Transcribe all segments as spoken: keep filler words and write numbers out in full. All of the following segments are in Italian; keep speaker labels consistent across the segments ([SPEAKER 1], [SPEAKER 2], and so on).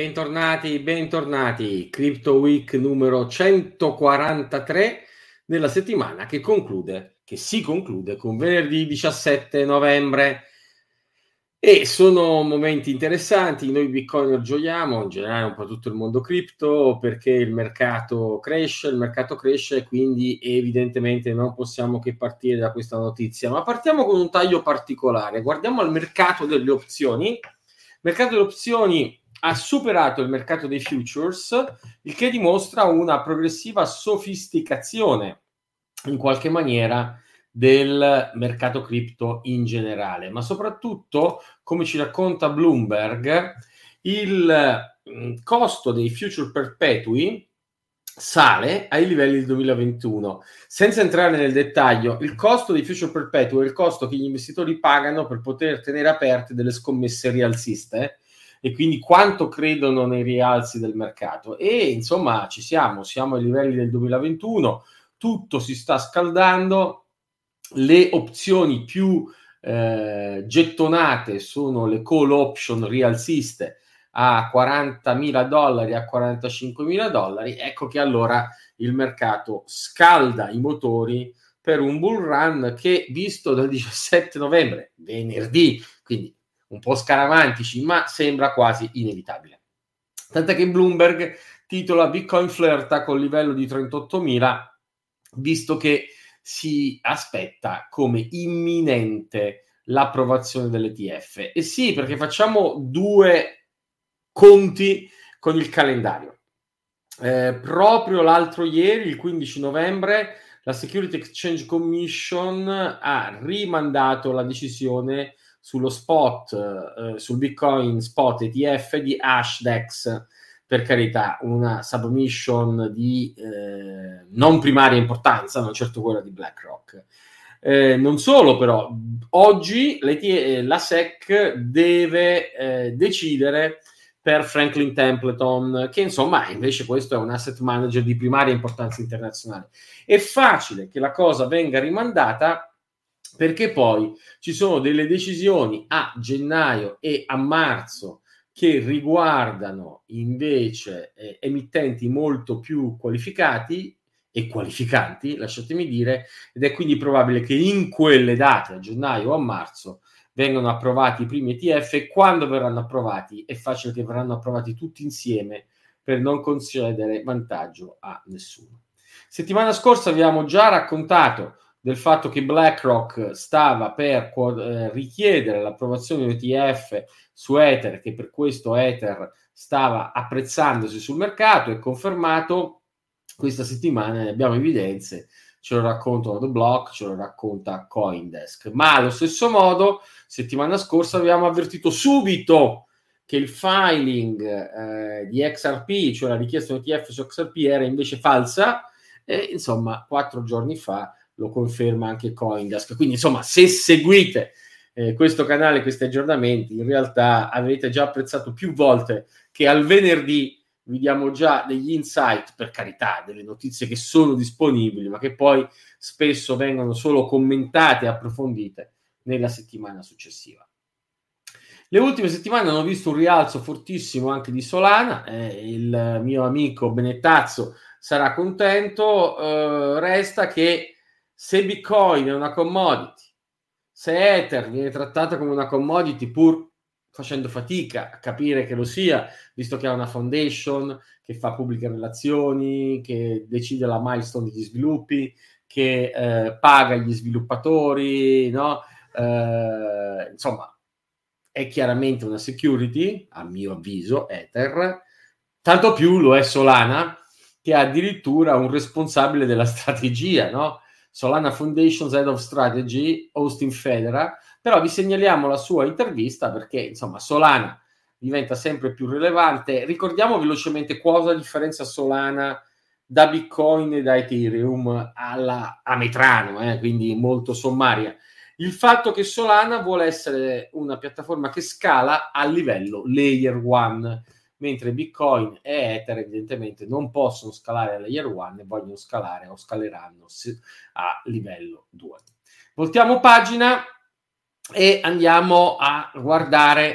[SPEAKER 1] Bentornati, bentornati. Crypto Week numero centoquarantatré nella settimana che conclude, che si conclude con venerdì diciassette novembre. E sono momenti interessanti, noi Bitcoiner gioiamo, in generale un po' tutto il mondo cripto, perché il mercato cresce, il mercato cresce, quindi evidentemente non possiamo che partire da questa notizia. Ma partiamo con un taglio particolare, guardiamo al mercato delle opzioni. Il mercato delle opzioni ha superato il mercato dei futures, il che dimostra una progressiva sofisticazione, in qualche maniera, del mercato cripto in generale, ma soprattutto, come ci racconta Bloomberg, il mh, costo dei future perpetui sale ai livelli del duemilaventuno. Senza entrare nel dettaglio, il costo dei future perpetui è il costo che gli investitori pagano per poter tenere aperte delle scommesse rialziste, e quindi quanto credono nei rialzi del mercato. E insomma ci siamo, siamo ai livelli del duemilaventuno, tutto si sta scaldando. Le opzioni più eh, gettonate sono le call option rialziste a quarantamila dollari, a quarantacinquemila dollari. Ecco che allora il mercato scalda i motori per un bull run che, visto dal diciassette novembre, venerdì, quindi un po' scaramantici, ma sembra quasi inevitabile. Tant'è che Bloomberg titola Bitcoin flirta col livello di trentottomila, visto che si aspetta come imminente l'approvazione dell'E T F. E sì, perché facciamo due conti con il calendario. Eh, proprio l'altro ieri, il quindici novembre, la Security Exchange Commission ha rimandato la decisione sullo spot, eh, sul Bitcoin spot E T F di Hashdex. Per carità, una submission di eh, non primaria importanza, non certo quella di BlackRock. Eh, non solo, però, oggi la S E C deve eh, decidere per Franklin Templeton, che insomma invece questo è un asset manager di primaria importanza internazionale. È facile che la cosa venga rimandata, perché poi ci sono delle decisioni a gennaio e a marzo che riguardano invece eh, emittenti molto più qualificati e qualificanti, lasciatemi dire, ed è quindi probabile che in quelle date, a gennaio o a marzo, vengano approvati i primi E T F, e quando verranno approvati è facile che verranno approvati tutti insieme per non concedere vantaggio a nessuno. Settimana scorsa abbiamo già raccontato del fatto che BlackRock stava per eh, richiedere l'approvazione di E T F su Ether, che per questo Ether stava apprezzandosi sul mercato. È confermato questa settimana, ne abbiamo evidenze, ce lo raccontano The Block, ce lo racconta CoinDesk. Ma allo stesso modo, settimana scorsa abbiamo avvertito subito che il filing eh, di X R P, cioè la richiesta di E T F su X R P, era invece falsa, e insomma quattro giorni fa lo conferma anche CoinDesk. Quindi insomma, se seguite eh, questo canale, questi aggiornamenti, in realtà avete già apprezzato più volte che al venerdì vi diamo già degli insight, per carità, delle notizie che sono disponibili, ma che poi spesso vengono solo commentate e approfondite nella settimana successiva. Le ultime settimane hanno visto un rialzo fortissimo anche di Solana, eh, il mio amico Benettazzo sarà contento. Eh, resta che se Bitcoin è una commodity, se Ether viene trattata come una commodity, pur facendo fatica a capire che lo sia, visto che ha una foundation che fa pubbliche relazioni, che decide la milestone degli sviluppi, che eh, paga gli sviluppatori, no? Eh, insomma, è chiaramente una security, a mio avviso, Ether, tanto più lo è Solana, che ha addirittura un responsabile della strategia, no? Solana Foundation's Head of Strategy, Austin Federa. Però vi segnaliamo la sua intervista perché, insomma, Solana diventa sempre più rilevante. Ricordiamo velocemente cosa differenzia Solana da Bitcoin e da Ethereum alla, a metrano, eh, quindi molto sommaria. Il fatto che Solana vuole essere una piattaforma che scala a livello layer one, mentre Bitcoin e Ether evidentemente non possono scalare a layer one e vogliono scalare o scaleranno a livello due. Voltiamo pagina e andiamo a guardare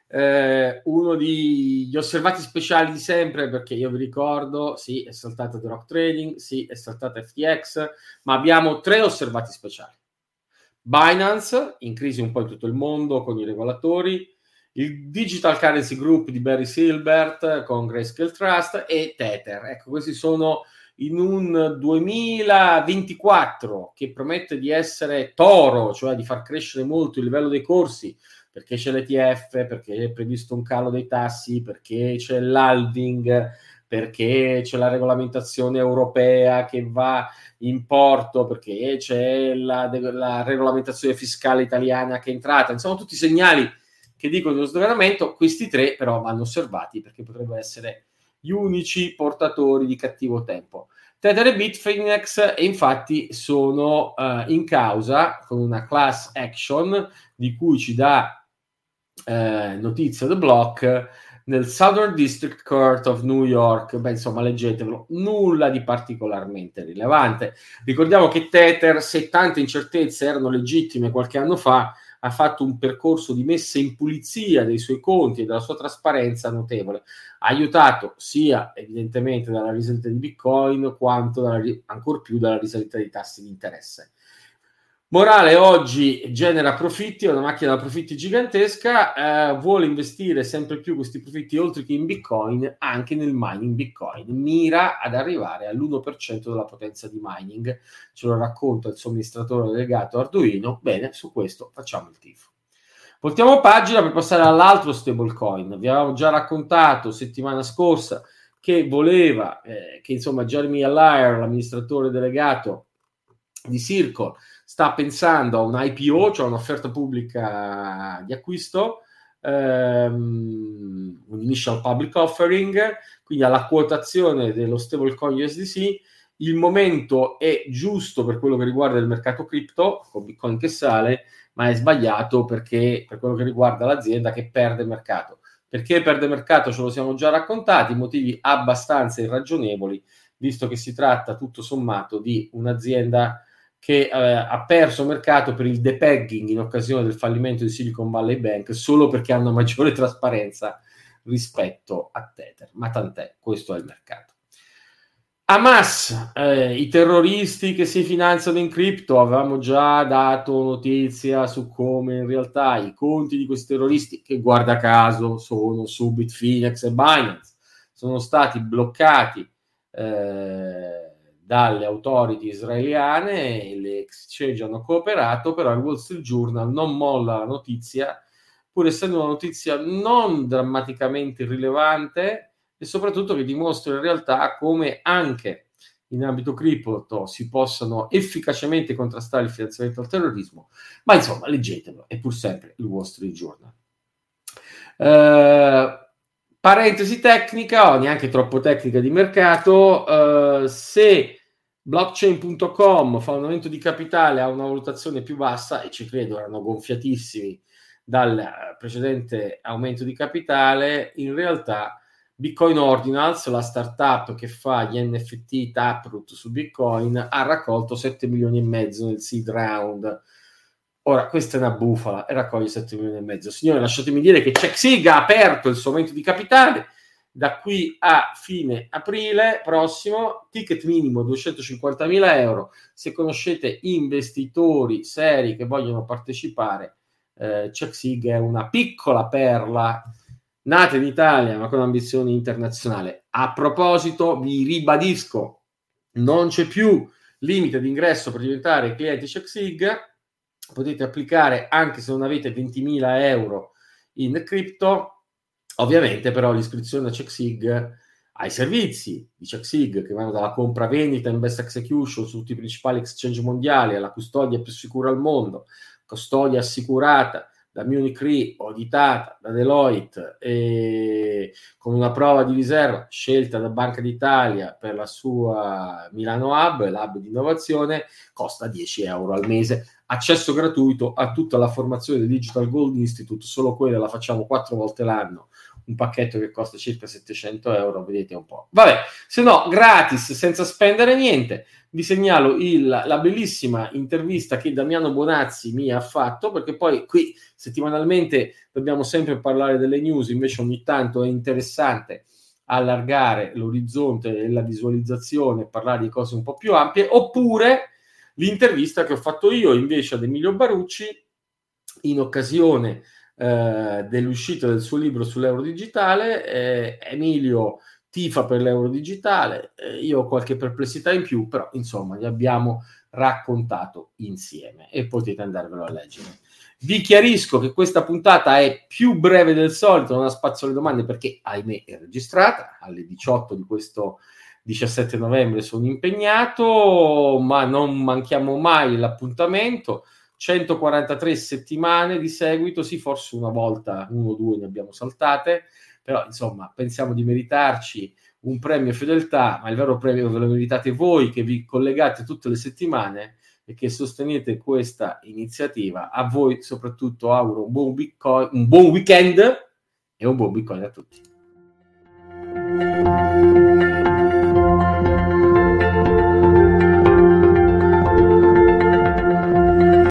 [SPEAKER 1] Eh, uno degli osservati speciali di sempre, perché io vi ricordo, sì, è saltata The Rock Trading, sì, è saltata F T X, ma abbiamo tre osservati speciali. Binance, in crisi un po' in tutto il mondo con i regolatori, il Digital Currency Group di Barry Silbert con Grayscale Trust e Tether. Ecco, questi sono in un duemilaventiquattro che promette di essere toro, cioè di far crescere molto il livello dei corsi, perché c'è l'E T F, perché è previsto un calo dei tassi, perché c'è l'halving, perché c'è la regolamentazione europea che va in porto, perché c'è la, la regolamentazione fiscale italiana che è entrata. Insomma, tutti i segnali che dicono dello sdoganamento. Questi tre però vanno osservati perché potrebbero essere gli unici portatori di cattivo tempo. Tether e Bitfinex infatti sono uh, in causa con una class action di cui ci dà eh, notizia The Block nel Southern District Court of New York. Beh, insomma, leggetevelo, nulla di particolarmente rilevante. Ricordiamo che Tether, se tante incertezze erano legittime qualche anno fa, ha fatto un percorso di messa in pulizia dei suoi conti e della sua trasparenza notevole, aiutato sia evidentemente dalla risalita di Bitcoin quanto dalla, ancor più dalla risalita dei tassi di interesse. Morale oggi genera profitti, è una macchina da profitti gigantesca, eh, vuole investire sempre più questi profitti oltre che in Bitcoin anche nel mining Bitcoin, mira ad arrivare all'uno per cento della potenza di mining, ce lo racconta il somministratore delegato Arduino. Bene, su questo facciamo il tifo. Voltiamo pagina per passare all'altro stablecoin. Vi avevamo già raccontato settimana scorsa che voleva, eh, che insomma Jeremy Allaire, l'amministratore delegato di Circle, sta pensando a un I P O, cioè un'offerta pubblica di acquisto, ehm, un initial public offering, quindi alla quotazione dello stablecoin U S D C. Il momento è giusto per quello che riguarda il mercato cripto, con Bitcoin che sale, ma è sbagliato perché per quello che riguarda l'azienda che perde mercato. Perché perde mercato ce lo siamo già raccontati, motivi abbastanza irragionevoli, visto che si tratta tutto sommato di un'azienda che eh, ha perso mercato per il depegging in occasione del fallimento di Silicon Valley Bank, solo perché hanno maggiore trasparenza rispetto a Tether. Ma tant'è, questo è il mercato. Hamas, eh, i terroristi che si finanziano in cripto, avevamo già dato notizia su come in realtà i conti di questi terroristi, che guarda caso sono su Bitfinex e Binance, sono stati bloccati eh, dalle autority israeliane e le exchange hanno cooperato, però il Wall Street Journal non molla la notizia, pur essendo una notizia non drammaticamente irrilevante e soprattutto che dimostra in realtà come anche in ambito cripto si possano efficacemente contrastare il finanziamento al terrorismo. Ma insomma, leggetelo, è pur sempre il Wall Street Journal. Eh, parentesi tecnica, o neanche troppo tecnica di mercato, eh, se blockchain punto com fa un aumento di capitale a una valutazione più bassa, e ci credo, erano gonfiatissimi dal precedente aumento di capitale, in realtà Bitcoin Ordinals, la startup che fa gli N F T Taproot su Bitcoin, ha raccolto sette milioni e mezzo nel seed round. Ora, questa è una bufala e raccoglie sette milioni e mezzo. Signore, lasciatemi dire che CheckSig ha aperto il suo aumento di capitale da qui a fine aprile prossimo, ticket minimo duecentocinquantamila euro. Se conoscete investitori seri che vogliono partecipare, eh, CheckSig è una piccola perla nata in Italia ma con ambizioni internazionali. A proposito, vi ribadisco, non c'è più limite di ingresso per diventare clienti CheckSig. Potete applicare anche se non avete ventimila euro in cripto. Ovviamente però l'iscrizione a CheckSig, ai servizi di CheckSig che vanno dalla compra-vendita in best execution su tutti i principali exchange mondiali, alla custodia più sicura al mondo, custodia assicurata da Munich Re, auditata da Deloitte e con una prova di riserva scelta da Banca d'Italia per la sua Milano Hub, l'hub di innovazione, costa dieci euro al mese. Accesso gratuito a tutta la formazione del Digital Gold Institute, solo quella la facciamo quattro volte l'anno, un pacchetto che costa circa settecento euro, vedete un po'. Vabbè, se no, gratis, senza spendere niente, vi segnalo il, la bellissima intervista che Damiano Bonazzi mi ha fatto, perché poi qui settimanalmente dobbiamo sempre parlare delle news, invece ogni tanto è interessante allargare l'orizzonte e la visualizzazione, parlare di cose un po' più ampie, oppure l'intervista che ho fatto io invece ad Emilio Barucci in occasione eh, dell'uscita del suo libro sull'euro digitale. eh, Emilio tifa per l'euro digitale, eh, io ho qualche perplessità in più, però insomma gli abbiamo raccontato insieme e potete andarvelo a leggere. Vi chiarisco che questa puntata è più breve del solito, non ha spazio alle domande perché ahimè è registrata alle diciotto di questo diciassette novembre, sono impegnato, ma non manchiamo mai l'appuntamento. centoquarantatré settimane di seguito, sì, forse una volta, uno o due ne abbiamo saltate, però insomma pensiamo di meritarci un premio fedeltà, ma il vero premio ve lo meritate voi che vi collegate tutte le settimane e che sostenete questa iniziativa. A voi soprattutto auguro un buon Bitcoin, un buon weekend e un buon Bitcoin a tutti.